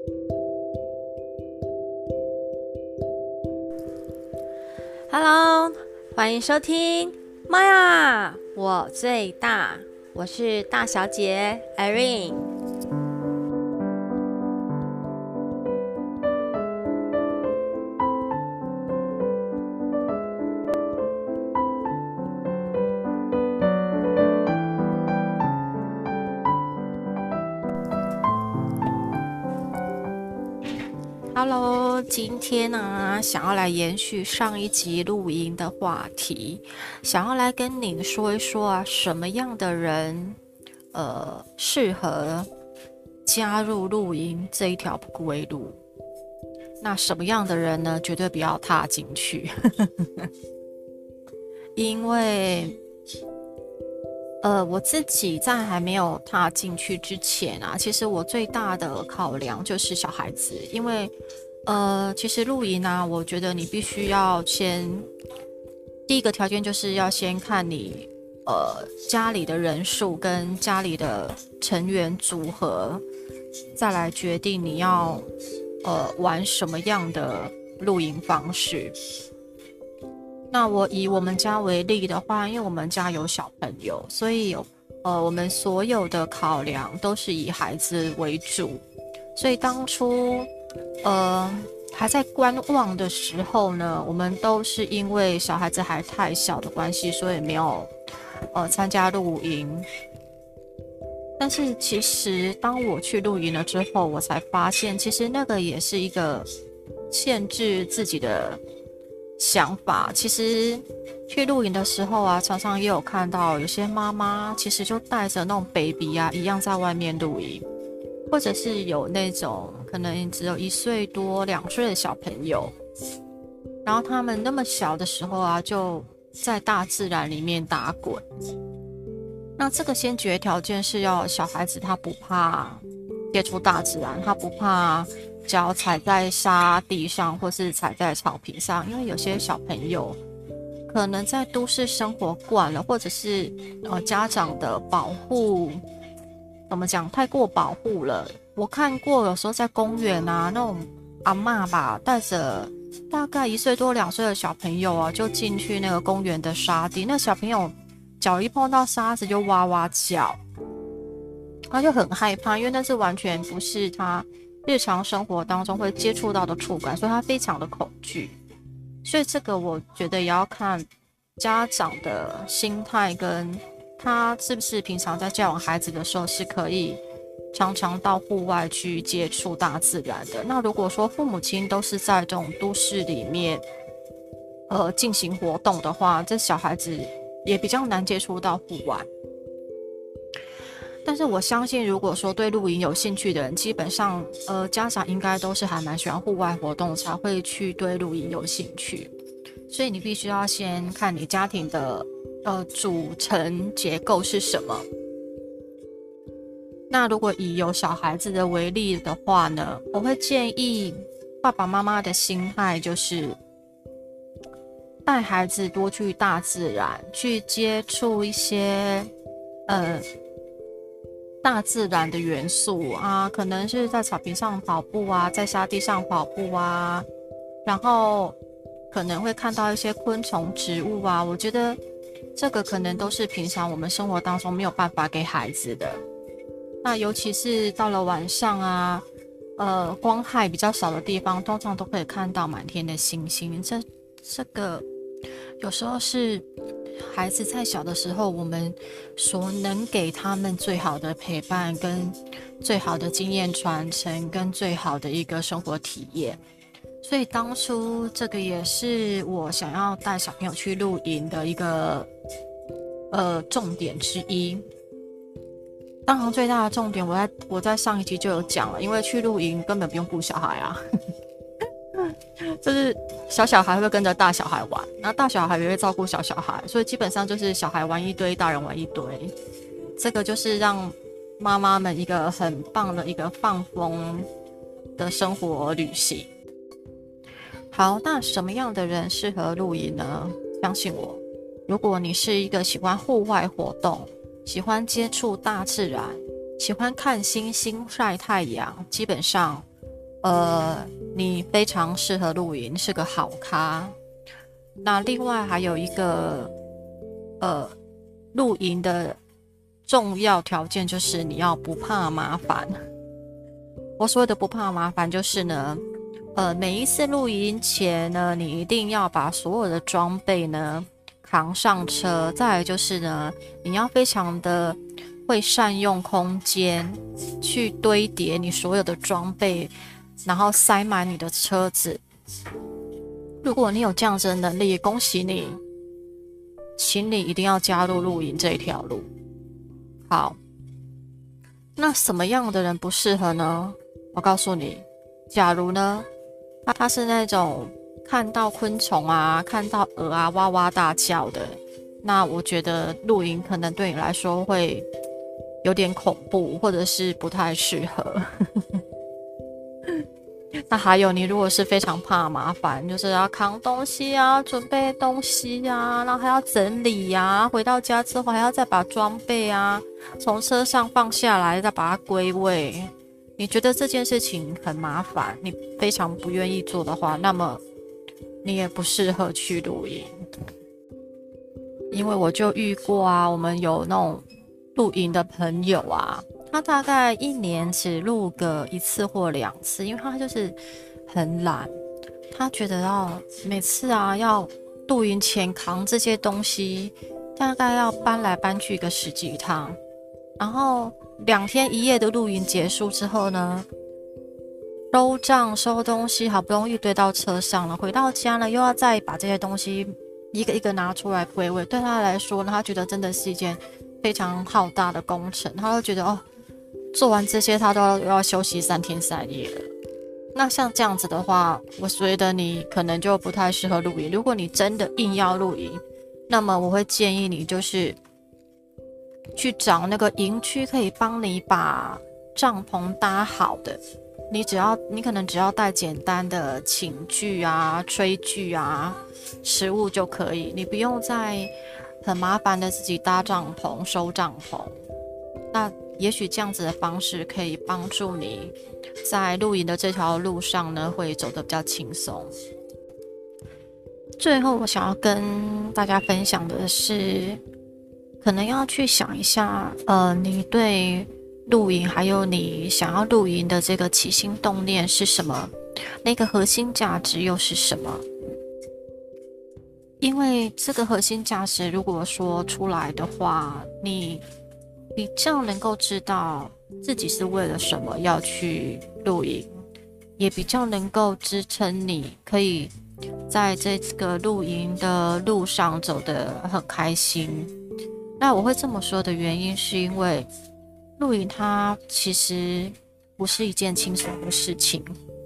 Hello， 欢迎收听。妈呀，我最大，我是大小姐 Irene。Hello， 今天呢，想要来延续上一集露营的话题，想要来跟您说一说啊，什么样的人适合加入露营这一条不归路？那什么样的人呢，绝对不要踏进去，因为我自己在还没有踏进去之前啊，其实我最大的考量就是小孩子，因为其实露营啊，我觉得你必须要第一个条件就是要先看你家里的人数跟家里的成员组合，再来决定你要玩什么样的露营方式。那我以我们家为例的话，因为我们家有小朋友，所以我们所有的考量都是以孩子为主，所以当初还在观望的时候呢，我们都是因为小孩子还太小的关系，所以没有参加露营。但是其实当我去露营了之后，我才发现其实那个也是一个限制自己的想法。其实去露营的时候啊，常常也有看到有些妈妈其实就带着那种 baby 啊一样在外面露营，或者是有那种可能只有1岁多2岁的小朋友，然后他们那么小的时候啊，就在大自然里面打滚。那这个先决条件是要小孩子他不怕接触大自然，他不怕脚踩在沙地上或是踩在草坪上，因为有些小朋友可能在都市生活惯了，或者是家长的保护怎么讲太过保护了。我看过有时候在公园啊，那种阿嬷吧带着大概1岁多2岁的小朋友啊，就进去那个公园的沙地，那小朋友脚一碰到沙子就哇哇叫，他就很害怕，因为那是完全不是他日常生活当中会接触到的触感，所以他非常的恐惧。所以这个我觉得也要看家长的心态，跟他是不是平常在教养孩子的时候是可以常常到户外去接触大自然的。那如果说父母亲都是在这种都市里面进行活动的话，这小孩子也比较难接触到户外。但是我相信如果说对露营有兴趣的人，基本上家长应该都是还蛮喜欢户外活动，才会去对露营有兴趣。所以你必须要先看你家庭的组成结构是什么。那如果以有小孩子的为例的话呢，我会建议爸爸妈妈的心态就是带孩子多去大自然，去接触一些大自然的元素啊，可能是在草坪上跑步啊，在沙地上跑步啊，然后可能会看到一些昆虫植物啊，我觉得这个可能都是平常我们生活当中没有办法给孩子的。那尤其是到了晚上啊，光害比较少的地方，通常都可以看到满天的星星。这个有时候是孩子在小的时候，我们所能给他们最好的陪伴，跟最好的经验传承，跟最好的一个生活体验。所以当初这个也是我想要带小朋友去露营的一个重点之一。当然最大的重点我在上一集就有讲了，因为去露营根本不用顾小孩啊就是小孩会跟着大小孩玩，那大小孩也会照顾小孩，所以基本上就是小孩玩一堆，大人玩一堆。这个就是让妈妈们一个很棒的一个放风的生活旅行。好，那什么样的人适合露营呢？相信我，如果你是一个喜欢户外活动，喜欢接触大自然，喜欢看星星晒太阳，基本上你非常适合露营，是个好咖。那另外还有一个露营的重要条件就是你要不怕麻烦。我所谓的不怕麻烦就是呢，每一次露营前呢，你一定要把所有的装备呢扛上车。再来就是呢，你要非常的会善用空间，去堆叠你所有的装备，然后塞满你的车子。如果你有这样子的能力，恭喜你，请你一定要加入露营这一条路。好，那什么样的人不适合呢？我告诉你，假如呢，他是那种看到昆虫啊、看到蛾啊哇哇大叫的，那我觉得露营可能对你来说会有点恐怖，或者是不太适合。那还有，你如果是非常怕麻烦，就是要扛东西啊、准备东西啊，然后还要整理啊，回到家之后还要再把装备啊从车上放下来，再把它归位。你觉得这件事情很麻烦，你非常不愿意做的话，那么你也不适合去露营。因为我就遇过啊，我们有那种露营的朋友啊，他大概一年只露个1次或2次，因为他就是很懒，他觉得每次啊要露营前扛这些东西，大概要搬来搬去个10几趟，然后2天1夜的露营结束之后呢，收账收东西，好不容易堆到车上了，回到家呢又要再把这些东西一个一个拿出来归位。对他来说呢，他觉得真的是一件非常浩大的工程，他都觉得做完这些他都要休息3天3夜了。那像这样子的话，我觉得你可能就不太适合露营。如果你真的硬要露营，那么我会建议你就是去找那个营区可以帮你把帐篷搭好的。你可能只要带简单的寝具啊、炊具啊、食物就可以，你不用再很麻烦的自己搭帐篷、收帐篷。那也许这样子的方式可以帮助你在露营的这条路上呢，会走得比较轻松。最后，我想要跟大家分享的是，可能要去想一下，你对露营还有你想要露营的这个起心动念是什么？那个核心价值又是什么？因为这个核心价值如果说出来的话，你比较能够知道自己是为了什么要去露营，也比较能够支撑你可以在这个露营的路上走得很开心。那我会这么说的原因是因为露营它其实不是一件轻松的事情，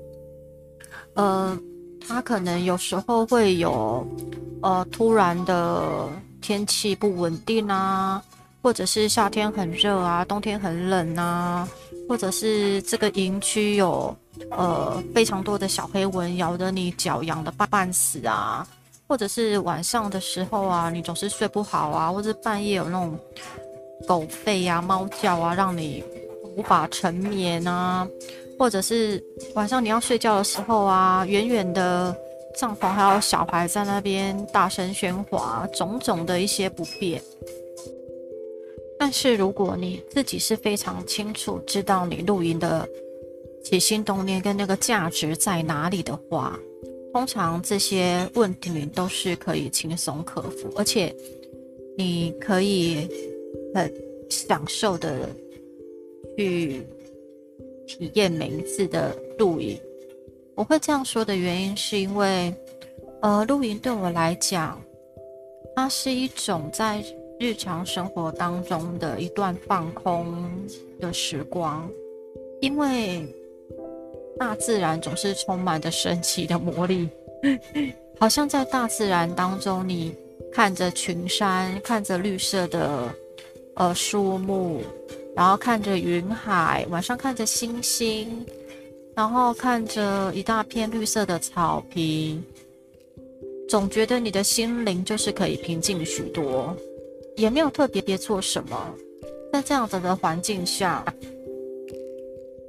它可能有时候会有突然的天气不稳定啊，或者是夏天很热啊，冬天很冷啊，或者是这个营区有非常多的小黑蚊咬得你脚痒的半死啊，或者是晚上的时候啊，你总是睡不好啊，或者半夜有那种狗吠啊、猫叫啊，让你无法成眠啊，或者是晚上你要睡觉的时候啊，远远的帐篷还有小孩在那边大声喧哗，种种的一些不便。但是如果你自己是非常清楚知道你露营的起心动念跟那个价值在哪里的话，通常这些问题你都是可以轻松克服，而且你可以很享受的去体验每一次的露营。我会这样说的原因是因为露营对我来讲，它是一种在日常生活当中的一段放空的时光，因为大自然总是充满着神奇的魔力，好像在大自然当中，你看着群山，看着绿色的树木，然后看着云海，晚上看着星星，然后看着一大片绿色的草坪，总觉得你的心灵就是可以平静许多，也没有特别做什么。在这样子的环境下，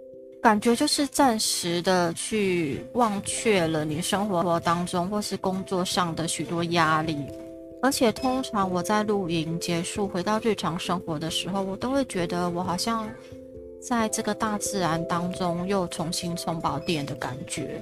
感觉就是暂时的去忘却了你生活当中或是工作上的许多压力。而且通常我在露营结束回到日常生活的时候，我都会觉得我好像在这个大自然当中又重新充饱电的感觉。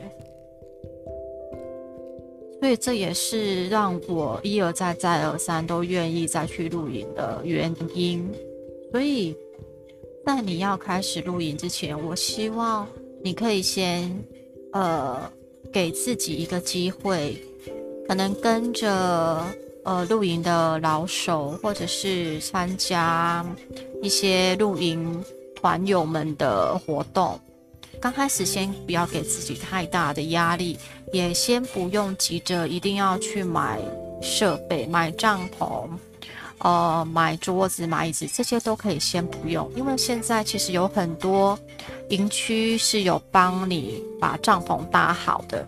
所以这也是让我一而再再而三都愿意再去露营的原因。所以在你要开始露营之前，我希望你可以先给自己一个机会，可能跟着露营的老手，或者是参加一些露营团友们的活动。刚开始先不要给自己太大的压力，也先不用急着一定要去买设备、买帐篷、买桌子、买椅子，这些都可以先不用，因为现在其实有很多营区是有帮你把帐篷搭好的，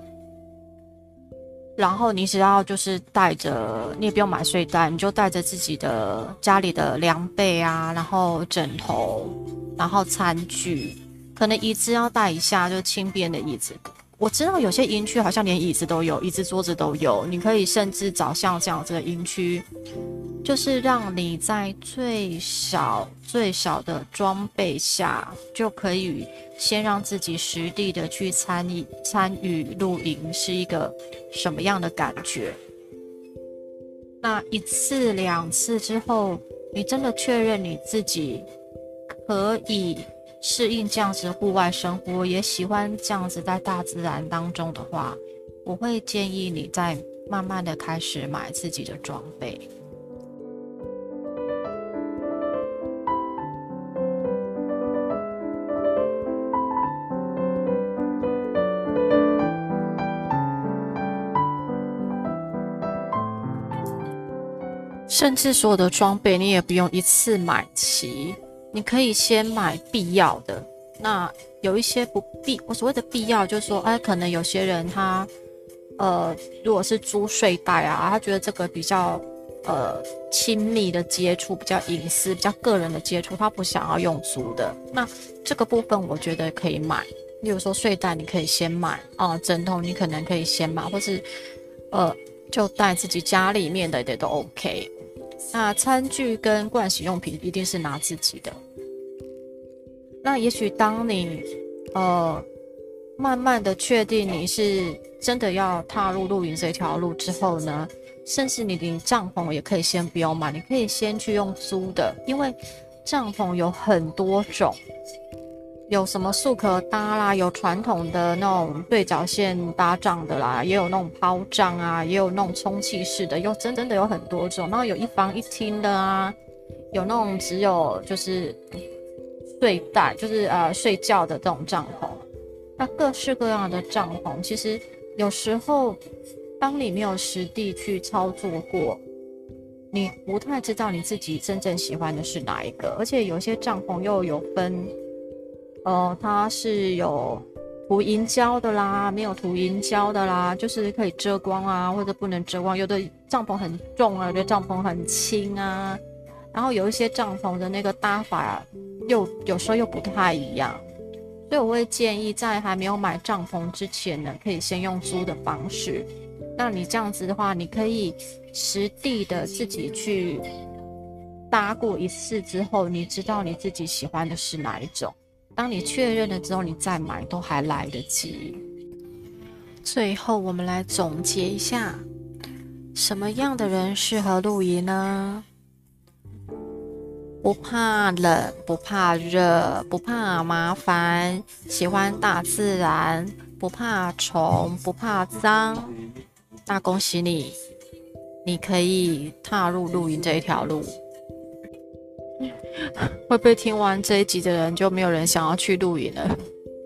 然后你只要就是带着，你也不用买睡袋，你就带着自己的家里的凉被啊，然后枕头，然后餐具，可能椅子要带一下，就轻便的椅子。我知道有些营区好像连椅子都有，椅子桌子都有，你可以甚至找像这样子的营区，就是让你在最少的装备下，就可以先让自己实地的去参与露营是一个什么样的感觉。那1次2次之后，你真的确认你自己可以适应这样子户外生活，也喜欢这样子在大自然当中的话，我会建议你再慢慢的开始买自己的装备。甚至所有的装备你也不用一次买齐，你可以先买必要的。那有一些我所谓的必要就是说，可能有些人他如果是租睡袋啊，他觉得这个比较亲密的接触，比较隐私，比较个人的接触，他不想要用租的。那这个部分我觉得可以买，例如说睡袋你可以先买枕头你可能可以先买，或是就带自己家里面的也都 OK。那餐具跟盥洗用品一定是拿自己的。那也许当你慢慢的确定你是真的要踏入露营这条路之后呢，甚至你的帐篷也可以先不用买，你可以先去用租的，因为帐篷有很多种，有什么速可搭啦，有传统的那种对角线搭帐的啦，也有那种抛帐啊，也有那种充气式的，真的有很多种。然后有一房一厅的啊，有那种只有就是睡袋，就是睡觉的这种帐篷。那各式各样的帐篷，其实有时候当你没有实地去操作过，你不太知道你自己真正喜欢的是哪一个。而且有些帐篷又有分它是有涂银胶的啦，没有涂银胶的啦，就是可以遮光啊，或者不能遮光。有的帐篷很重啊，有的帐篷很轻啊，然后有一些帐篷的那个搭法有时候又不太一样。所以我会建议在还没有买帐篷之前呢，可以先用租的方式。那你这样子的话，你可以实地的自己去搭过一次之后，你知道你自己喜欢的是哪一种。当你确认了之后，你再买都还来得及。最后我们来总结一下，什么样的人适合露营呢？不怕冷，不怕热，不怕麻烦，喜欢大自然，不怕虫，不怕脏。那恭喜你，你可以踏入露营这一条路。会不会听完这一集的人就没有人想要去露营了？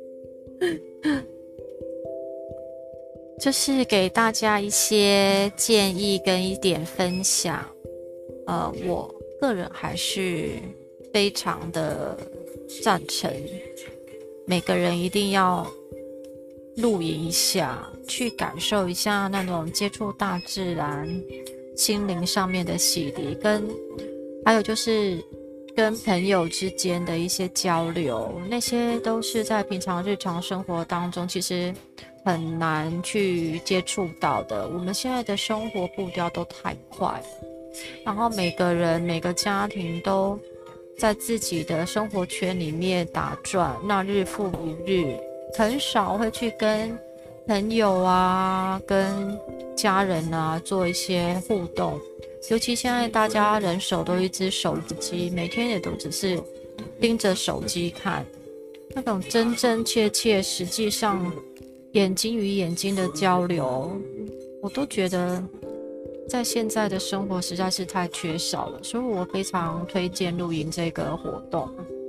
就是给大家一些建议跟一点分享。我个人还是非常的赞成每个人一定要露营一下，去感受一下那种接触大自然心灵上面的洗涤，跟还有就是跟朋友之间的一些交流，那些都是在平常日常生活当中其实很难去接触到的。我们现在的生活步调都太快了，然后每个人每个家庭都在自己的生活圈里面打转，那日复一日，很少会去跟朋友啊、跟家人啊做一些互动。尤其现在大家人手都一只手机，每天也都只是盯着手机看，那种真真切切实际上眼睛与眼睛的交流，我都觉得在现在的生活实在是太缺少了，所以我非常推荐露营这个活动。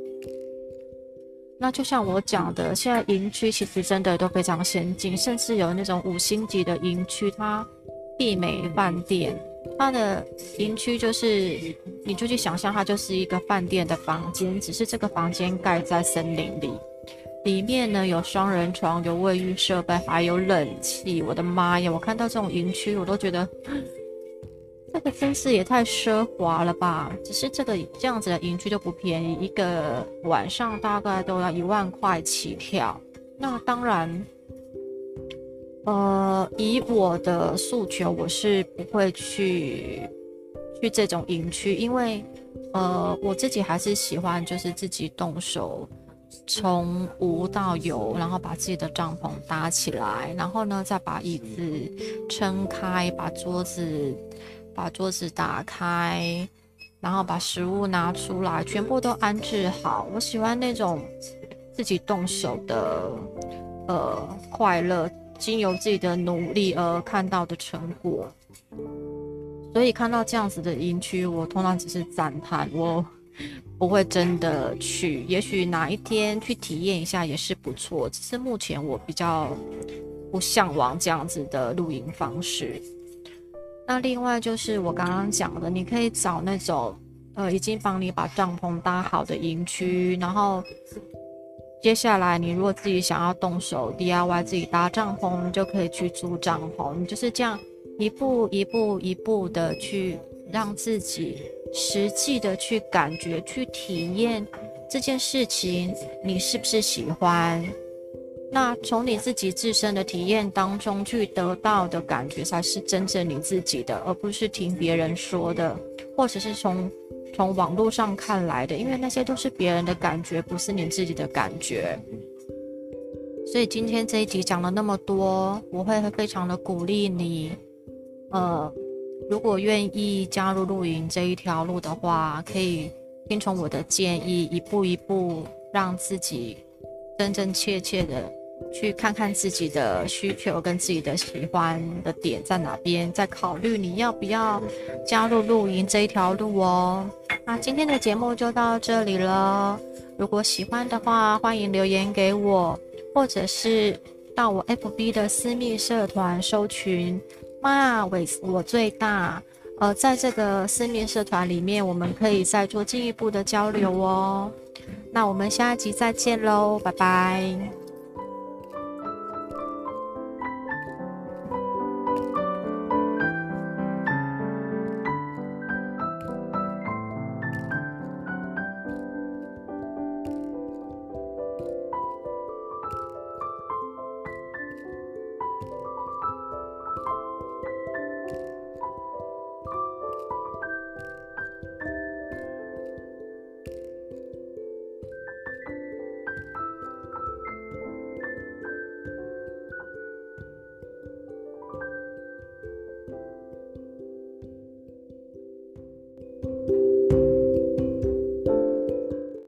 那就像我讲的，现在营区其实真的都非常先进，甚至有那种5星级的营区，它媲美饭店。它的营区就是，你就去想象它就是一个饭店的房间，只是这个房间盖在森林里，里面呢有双人床，有卫浴设备，还有冷气。我的妈呀！我看到这种营区，我都觉得这个真是也太奢华了吧！只是这样子的营区就不便宜，一个晚上大概都要1万块起跳。那当然。以我的诉求，我是不会去这种营区，因为我自己还是喜欢就是自己动手，从无到有，然后把自己的帐篷搭起来，然后呢再把椅子撑开，把桌子打开，然后把食物拿出来，全部都安置好。我喜欢那种自己动手的快乐。经由自己的努力而看到的成果，所以看到这样子的营区，我通常只是赞叹，我不会真的去。也许哪一天去体验一下也是不错，只是目前我比较不向往这样子的露营方式。那另外就是我刚刚讲的，你可以找那种已经帮你把帐篷搭好的营区，然后接下来，你如果自己想要动手 DIY 自己搭帐篷，你就可以去租帐篷。你就是这样一步一步的去让自己实际的去感觉、去体验这件事情，你是不是喜欢？那从你自己自身的体验当中去得到的感觉，才是真正你自己的，而不是听别人说的，或者是从网络上看来的，因为那些都是别人的感觉，不是你自己的感觉。所以今天这一集讲了那么多，我会非常的鼓励你，如果愿意加入露营这一条路的话，可以听从我的建议，一步一步让自己真真切切的去看看自己的需求跟自己的喜欢的点在哪边，再考虑你要不要加入露营这一条路哦。那今天的节目就到这里了，如果喜欢的话，欢迎留言给我，或者是到我 FB 的私密社团搜寻妈我最大，在这个私密社团里面，我们可以再做进一步的交流哦。那我们下一集再见喽，拜拜。